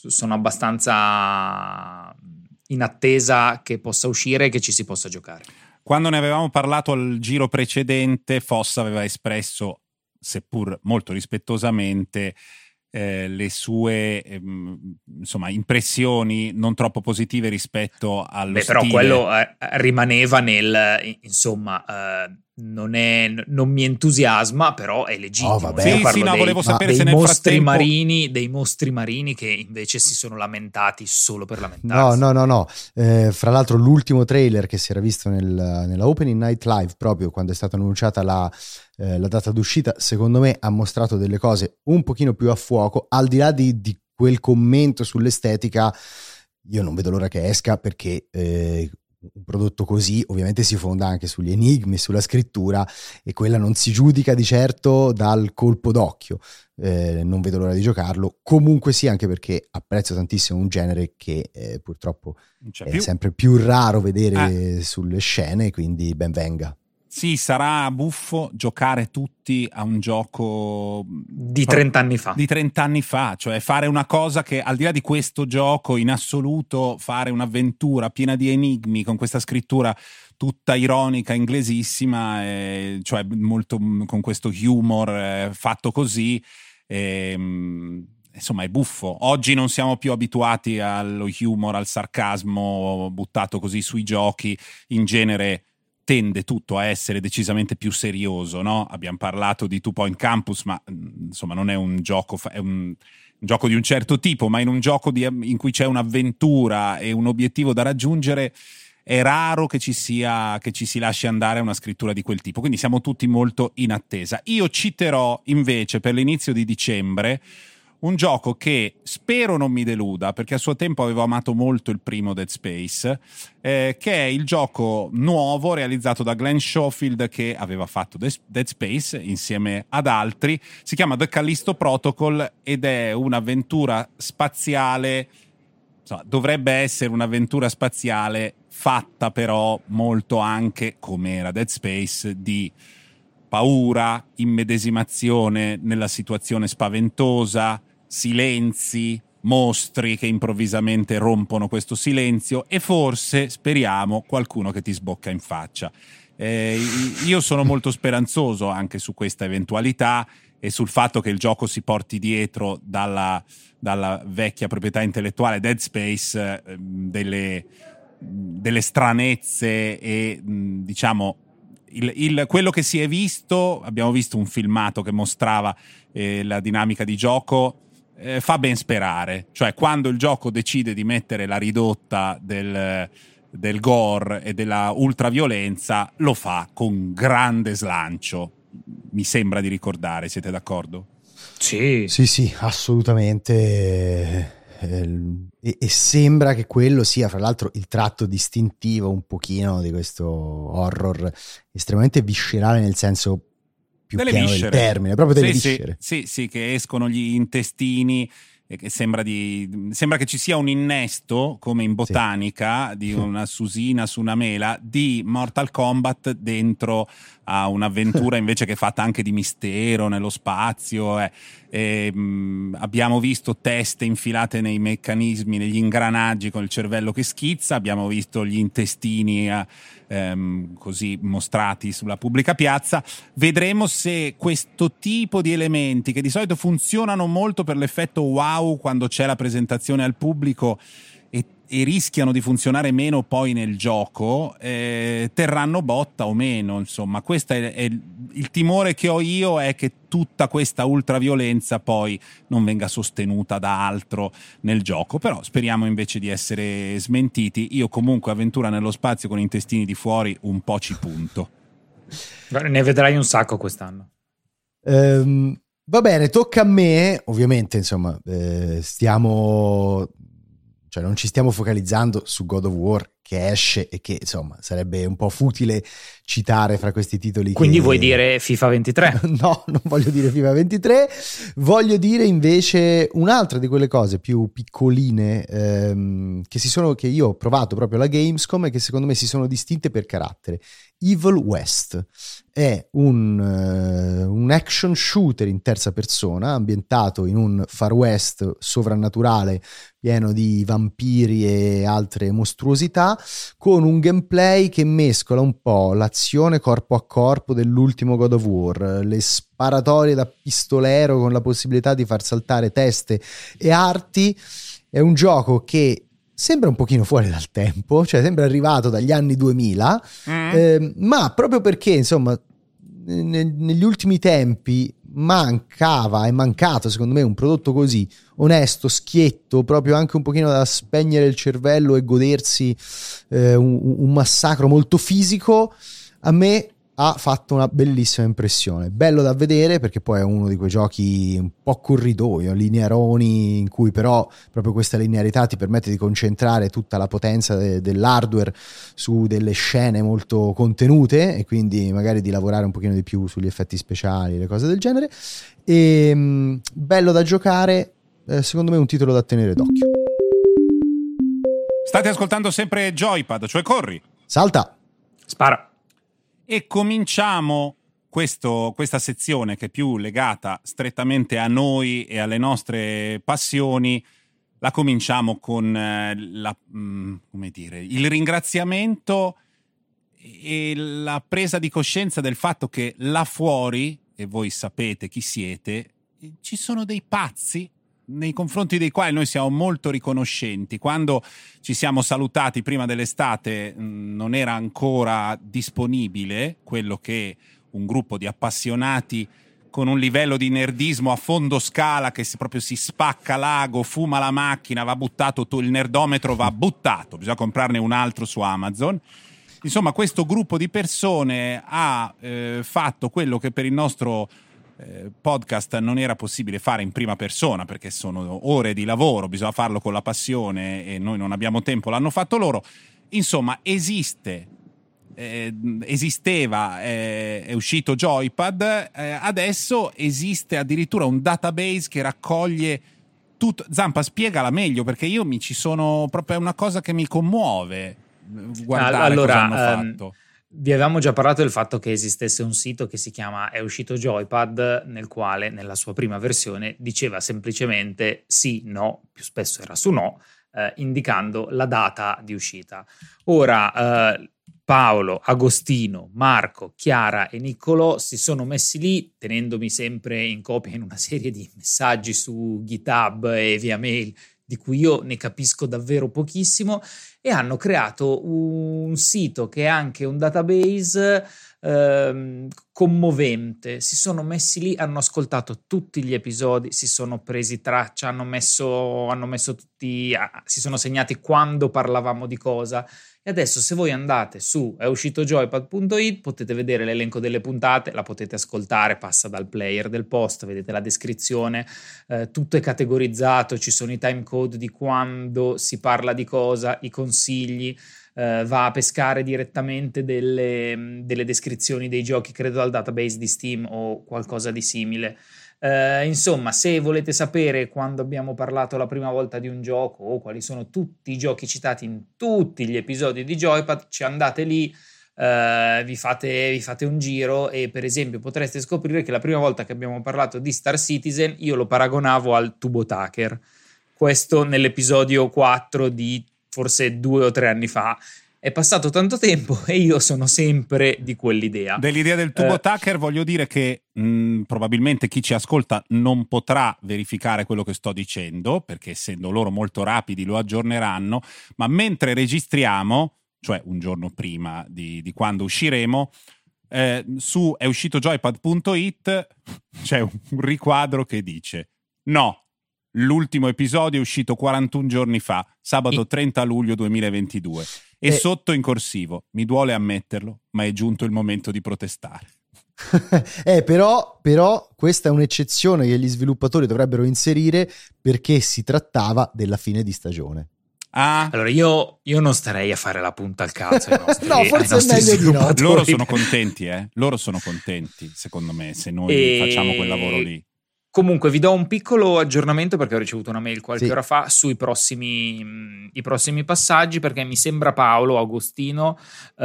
abbastanza in attesa che possa uscire e che ci si possa giocare. Quando ne avevamo parlato al giro precedente, Fossa aveva espresso, seppur molto rispettosamente, le sue insomma impressioni non troppo positive rispetto allo stile. Però quello rimaneva nel insomma non mi entusiasma, però è legittimo. Oh, vabbè. Sì, no, volevo sapere se nel mostri frattempo... dei mostri marini che invece si sono lamentati solo per lamentarsi. No. Fra l'altro l'ultimo trailer che si era visto nella Opening Night Live, proprio quando è stata annunciata la data d'uscita, secondo me ha mostrato delle cose un pochino più a fuoco. Al di là di quel commento sull'estetica, io non vedo l'ora che esca, perché un prodotto così ovviamente si fonda anche sugli enigmi, sulla scrittura, e quella non si giudica di certo dal colpo d'occhio. Non vedo l'ora di giocarlo, comunque sì, anche perché apprezzo tantissimo un genere che purtroppo è sempre più raro vedere sulle scene, quindi ben venga. Sì, sarà buffo giocare tutti a un gioco di 30 anni fa. Di 30 anni fa, cioè fare una cosa che, al di là di questo gioco, in assoluto, fare un'avventura piena di enigmi con questa scrittura tutta ironica, inglesissima, cioè molto con questo humor fatto così. Insomma, è buffo. Oggi non siamo più abituati allo humor, al sarcasmo buttato così sui giochi. In genere tende tutto a essere decisamente più serioso, no? Abbiamo parlato di Two Point Campus, ma insomma non è un gioco, è un gioco di un certo tipo, ma in un gioco in cui c'è un'avventura e un obiettivo da raggiungere è raro che ci si lasci andare a una scrittura di quel tipo, quindi siamo tutti molto in attesa. Io citerò invece per l'inizio di dicembre un gioco che spero non mi deluda, perché a suo tempo avevo amato molto il primo Dead Space, che è il gioco nuovo realizzato da Glenn Schofield, che aveva fatto Dead Space insieme ad altri. Si chiama The Callisto Protocol ed è un'avventura spaziale, insomma, dovrebbe essere un'avventura spaziale fatta però molto anche, come era Dead Space, di paura, immedesimazione nella situazione spaventosa, silenzi, mostri che improvvisamente rompono questo silenzio e forse, speriamo, qualcuno che ti sbocca in faccia. Io sono molto speranzoso anche su questa eventualità e sul fatto che il gioco si porti dietro dalla vecchia proprietà intellettuale Dead Space delle stranezze e diciamo quello che si è visto. Abbiamo visto un filmato che mostrava la dinamica di gioco, fa ben sperare, cioè quando il gioco decide di mettere la ridotta del gore e della ultraviolenza lo fa con grande slancio, mi sembra di ricordare. Siete d'accordo? Sì, assolutamente. E sembra che quello sia, fra l'altro, il tratto distintivo un pochino di questo horror estremamente viscerale, nel senso più delle pieno viscere. del termine, proprio delle viscere. Sì, che escono gli intestini e che sembra che ci sia un innesto, come in botanica, di una susina su una mela, di Mortal Kombat dentro a un'avventura invece che è fatta anche di mistero nello spazio. Abbiamo visto teste infilate nei meccanismi, negli ingranaggi con il cervello che schizza, abbiamo visto gli intestini così mostrati sulla pubblica piazza. Vedremo se questo tipo di elementi, che di solito funzionano molto per l'effetto wow quando c'è la presentazione al pubblico, e rischiano di funzionare meno poi nel gioco, terranno botta o meno. Insomma, questo è il timore che ho io, è che tutta questa ultraviolenza poi non venga sostenuta da altro nel gioco, però speriamo invece di essere smentiti. Io comunque Avventura nello spazio con intestini di fuori un po' ci punto. Ne vedrai un sacco quest'anno. Va bene, tocca a me. Ovviamente, insomma, cioè non ci stiamo focalizzando su God of War che esce e che, insomma, sarebbe un po' futile citare fra questi titoli. Quindi vuoi dire FIFA 23? No, non voglio dire FIFA 23, voglio dire invece un'altra di quelle cose più piccoline che io ho provato proprio alla Gamescom e che secondo me si sono distinte per carattere. Evil West è un action shooter in terza persona ambientato in un Far West sovrannaturale pieno di vampiri e altre mostruosità, con un gameplay che mescola un po' l'azione corpo a corpo dell'ultimo God of War, le sparatorie da pistolero con la possibilità di far saltare teste e arti. È un gioco che sembra un pochino fuori dal tempo, cioè sembra arrivato dagli anni 2000, ma proprio perché, insomma, negli ultimi tempi è mancato secondo me un prodotto così onesto, schietto, proprio anche un pochino da spegnere il cervello e godersi un massacro molto fisico. A me ha fatto una bellissima impressione, bello da vedere perché poi è uno di quei giochi un po' corridoio, linearoni, in cui però proprio questa linearità ti permette di concentrare tutta la potenza dell'hardware su delle scene molto contenute e quindi magari di lavorare un pochino di più sugli effetti speciali, le cose del genere. E bello da giocare, secondo me è un titolo da tenere d'occhio. State ascoltando sempre Joypad, cioè corri, salta, spara. E cominciamo questa sezione che è più legata strettamente a noi e alle nostre passioni. La cominciamo con il ringraziamento e la presa di coscienza del fatto che là fuori, e voi sapete chi siete, ci sono dei pazzi nei confronti dei quali noi siamo molto riconoscenti. Quando ci siamo salutati prima dell'estate non era ancora disponibile quello che un gruppo di appassionati con un livello di nerdismo a fondo scala, che proprio si spacca l'ago, fuma la macchina, va buttato, il nerdometro va buttato, bisogna comprarne un altro su Amazon. Insomma, questo gruppo di persone ha fatto quello che per il nostro podcast non era possibile fare in prima persona, perché sono ore di lavoro, bisogna farlo con la passione e noi non abbiamo tempo, l'hanno fatto loro. Insomma, esisteva, è uscito Joypad, adesso esiste addirittura un database che raccoglie tutto. Zampa, spiegala meglio, perché io ci sono proprio, è una cosa che mi commuove guardare cosa hanno fatto. Vi avevamo già parlato del fatto che esistesse un sito che si chiama È uscito Joypad, nel quale nella sua prima versione diceva semplicemente sì, no, più spesso era su no, indicando la data di uscita. Ora Paolo, Agostino, Marco, Chiara e Niccolò si sono messi lì, tenendomi sempre in copia in una serie di messaggi su GitHub e via mail, di cui io ne capisco davvero pochissimo, e hanno creato un sito che è anche un database commovente. Si sono messi lì, hanno ascoltato tutti gli episodi, si sono presi traccia, hanno messo tutti, si sono segnati quando parlavamo di cosa. E adesso, se voi andate su euscitojoypad.it, potete vedere l'elenco delle puntate, la potete ascoltare, passa dal player del post, vedete la descrizione, tutto è categorizzato, ci sono i time code di quando si parla di cosa, i consigli, va a pescare direttamente delle descrizioni dei giochi, credo dal database di Steam o qualcosa di simile. Insomma, se volete sapere quando abbiamo parlato la prima volta di un gioco o quali sono tutti i giochi citati in tutti gli episodi di Joypad, ci andate lì, vi fate un giro e per esempio potreste scoprire che la prima volta che abbiamo parlato di Star Citizen io lo paragonavo al Tubo Tucker, questo nell'episodio 4 di forse 2 o 3 anni fa, è passato tanto tempo e io sono sempre di quell'idea. Dell'idea del tubo Tucker voglio dire che probabilmente chi ci ascolta non potrà verificare quello che sto dicendo, perché essendo loro molto rapidi lo aggiorneranno, ma mentre registriamo, cioè un giorno prima di quando usciremo, su euscitojoypad.it c'è un riquadro che dice: no, l'ultimo episodio è uscito 41 giorni fa, sabato 30 luglio 2022, e sotto in corsivo: mi duole ammetterlo, ma è giunto il momento di protestare. Però questa è un'eccezione che gli sviluppatori dovrebbero inserire, perché si trattava della fine di stagione. Allora io non starei a fare la punta al cazzo ai nostri, no, forse è meglio di no. Loro sono contenti, loro sono contenti, secondo me, se noi facciamo quel lavoro lì. Comunque vi do un piccolo aggiornamento, perché ho ricevuto una mail qualche ora fa sui prossimi passaggi, perché mi sembra Paolo, Agostino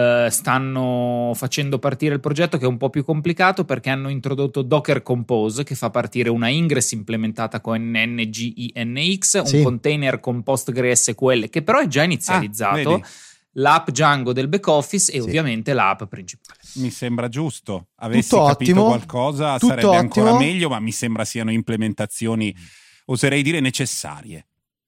stanno facendo partire il progetto, che è un po' più complicato perché hanno introdotto Docker Compose, che fa partire una ingress implementata con NGINX, un container con PostgreSQL che però è già inizializzato, l'app Django del back office e ovviamente l'app principale. Mi sembra giusto. Avessi capito qualcosa sarebbe ancora meglio, ma mi sembra siano implementazioni, oserei dire, necessarie.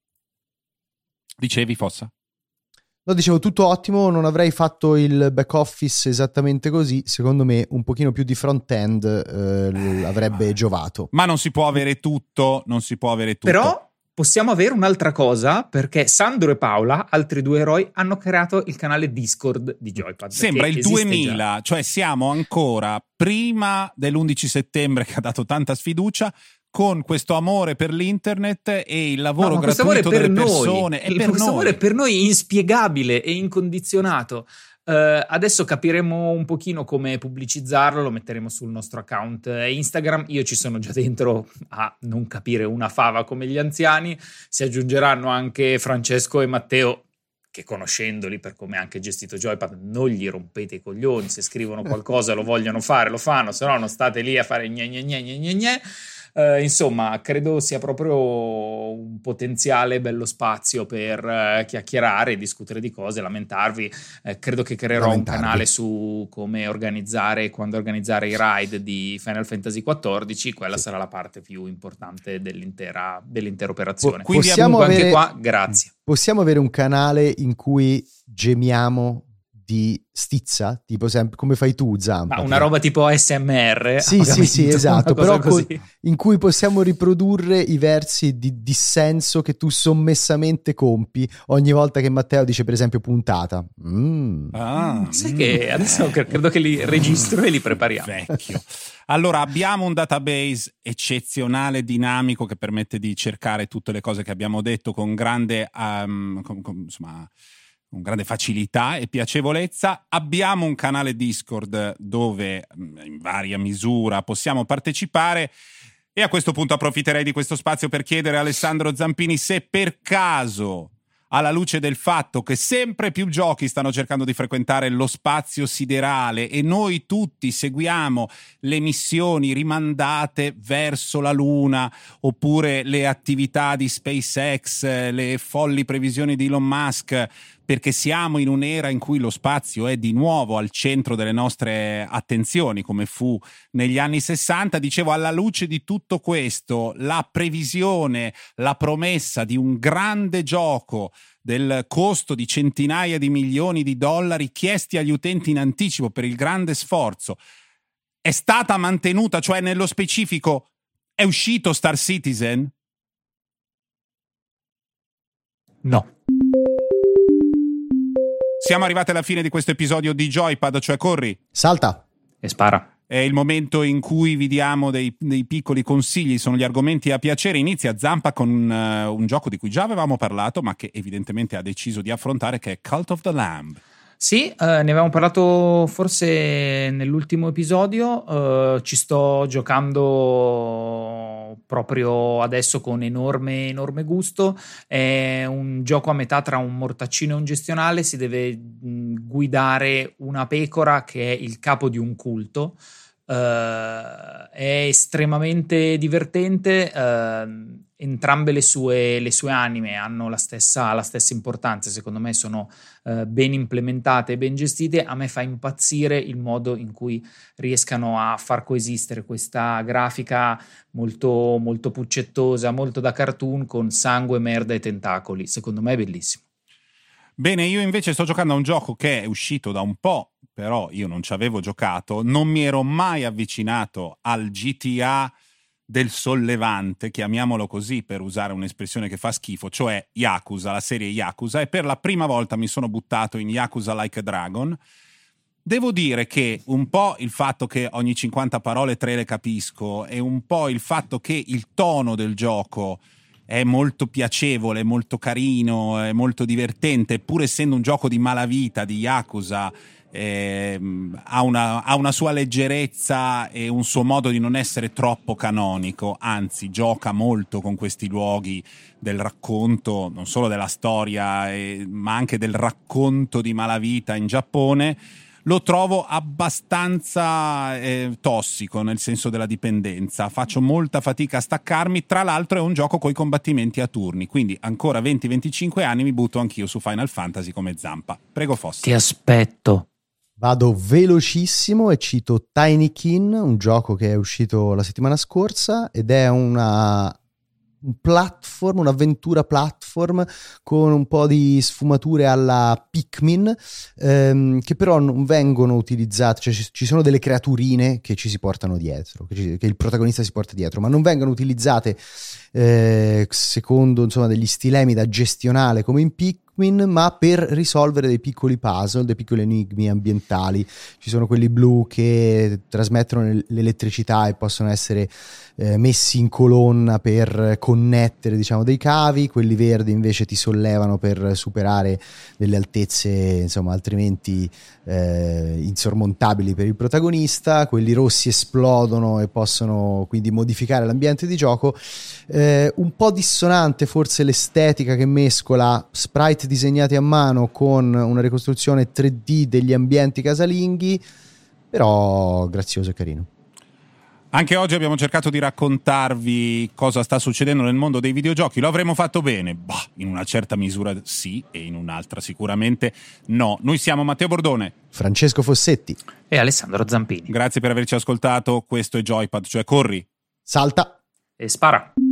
Dicevi, Fossa? No, dicevo tutto ottimo, non avrei fatto il back office esattamente così, secondo me un pochino più di front-end avrebbe giovato. Ma non si può avere tutto, Però possiamo avere un'altra cosa, perché Sandro e Paola, altri due eroi, hanno creato il canale Discord di Joypad. Sembra il 2000, cioè siamo ancora prima dell'11 settembre che ha dato tanta sfiducia, con questo amore per l'internet e il lavoro gratuito delle persone. Questo amore per noi inspiegabile e incondizionato. Adesso capiremo un pochino come pubblicizzarlo, lo metteremo sul nostro account Instagram. Io ci sono già dentro a non capire una fava come gli anziani. Si aggiungeranno anche Francesco e Matteo, che conoscendoli per come ha anche gestito Joypad non gli rompete i coglioni, se scrivono qualcosa lo vogliono fare, lo fanno, se no non state lì a fare gne gne gne gne gne gne. Insomma, credo sia proprio un potenziale bello spazio per chiacchierare e discutere di cose, lamentarvi. Credo che creerò un canale su come organizzare e quando organizzare i raid di Final Fantasy XIV. Quella sarà la parte più importante dell'intera operazione. Quindi anche qua, grazie. Possiamo avere un canale in cui gemiamo di stizza, tipo come fai tu, Zampa? Una roba tipo ASMR. Sì, esatto, però in cui possiamo riprodurre i versi di dissenso che tu sommessamente compi ogni volta che Matteo dice, per esempio, puntata. Sai che adesso credo che li registro e li prepariamo. Vecchio. Allora, abbiamo un database eccezionale, dinamico, che permette di cercare tutte le cose che abbiamo detto con grande con grande facilità e piacevolezza. Abbiamo un canale Discord dove in varia misura possiamo partecipare, e a questo punto approfitterei di questo spazio per chiedere a Alessandro Zampini se per caso, alla luce del fatto che sempre più giochi stanno cercando di frequentare lo spazio siderale e noi tutti seguiamo le missioni rimandate verso la Luna, oppure le attività di SpaceX, le folli previsioni di Elon Musk, perché siamo in un'era in cui lo spazio è di nuovo al centro delle nostre attenzioni, come fu negli anni 60. Dicevo, alla luce di tutto questo, la previsione, la promessa di un grande gioco del costo di centinaia di milioni di dollari chiesti agli utenti in anticipo per il grande sforzo è stata mantenuta? Cioè, nello specifico, è uscito Star Citizen? No. Siamo arrivati alla fine di questo episodio di Joypad, cioè corri, salta e spara. È il momento in cui vi diamo dei piccoli consigli, sono gli argomenti a piacere. Inizia Zampa con un gioco di cui già avevamo parlato, ma che evidentemente ha deciso di affrontare, che è Cult of the Lamb. Sì, ne avevamo parlato forse nell'ultimo episodio, ci sto giocando proprio adesso con enorme gusto. È un gioco a metà tra un mortaccino e un gestionale, si deve guidare una pecora che è il capo di un culto. È estremamente divertente, entrambe le sue anime hanno la stessa importanza, secondo me sono ben implementate e ben gestite. A me fa impazzire il modo in cui riescano a far coesistere questa grafica molto, molto puccettosa, molto da cartoon, con sangue, merda e tentacoli. Secondo me è bellissimo. Bene, io invece sto giocando a un gioco che è uscito da un po', però io non ci avevo giocato, non mi ero mai avvicinato al GTA del sollevante, chiamiamolo così per usare un'espressione che fa schifo, cioè Yakuza, la serie Yakuza, e per la prima volta mi sono buttato in Yakuza Like a Dragon. Devo dire che un po' il fatto che ogni 50 parole 3 le capisco e un po' il fatto che il tono del gioco è molto piacevole, molto carino, è molto divertente, pur essendo un gioco di malavita, di Yakuza, ha una sua leggerezza e un suo modo di non essere troppo canonico, anzi gioca molto con questi luoghi del racconto, non solo della storia, ma anche del racconto di malavita in Giappone. Lo trovo abbastanza tossico, nel senso della dipendenza. Faccio molta fatica a staccarmi. Tra l'altro è un gioco coi combattimenti a turni, quindi ancora 20-25 anni mi butto anch'io su Final Fantasy come Zampa. Prego Fossi. Ti aspetto. Vado velocissimo e cito Tinykin, un gioco che è uscito la settimana scorsa ed è un platform, un'avventura platform con un po' di sfumature alla Pikmin, che però non vengono utilizzate, cioè ci sono delle creaturine che ci si portano dietro, che il protagonista si porta dietro, ma non vengono utilizzate secondo insomma degli stilemi da gestionale come in Pikmin, ma per risolvere dei piccoli puzzle, dei piccoli enigmi ambientali. Ci sono quelli blu che trasmettono l'elettricità e possono essere messi in colonna per connettere, diciamo, dei cavi. Quelli verdi invece ti sollevano per superare delle altezze, insomma, altrimenti insormontabili per il protagonista. Quelli rossi esplodono e possono quindi modificare l'ambiente di gioco. Un po' dissonante forse l'estetica che mescola sprite disegnati a mano con una ricostruzione 3D degli ambienti casalinghi, però grazioso e carino. Anche oggi abbiamo cercato di raccontarvi cosa sta succedendo nel mondo dei videogiochi. Lo avremo fatto bene? Bah, in una certa misura sì, e in un'altra sicuramente no. Noi siamo Matteo Bordone, Francesco Fossetti e Alessandro Zampini. Grazie per averci ascoltato. Questo è Joypad, cioè corri, salta e spara.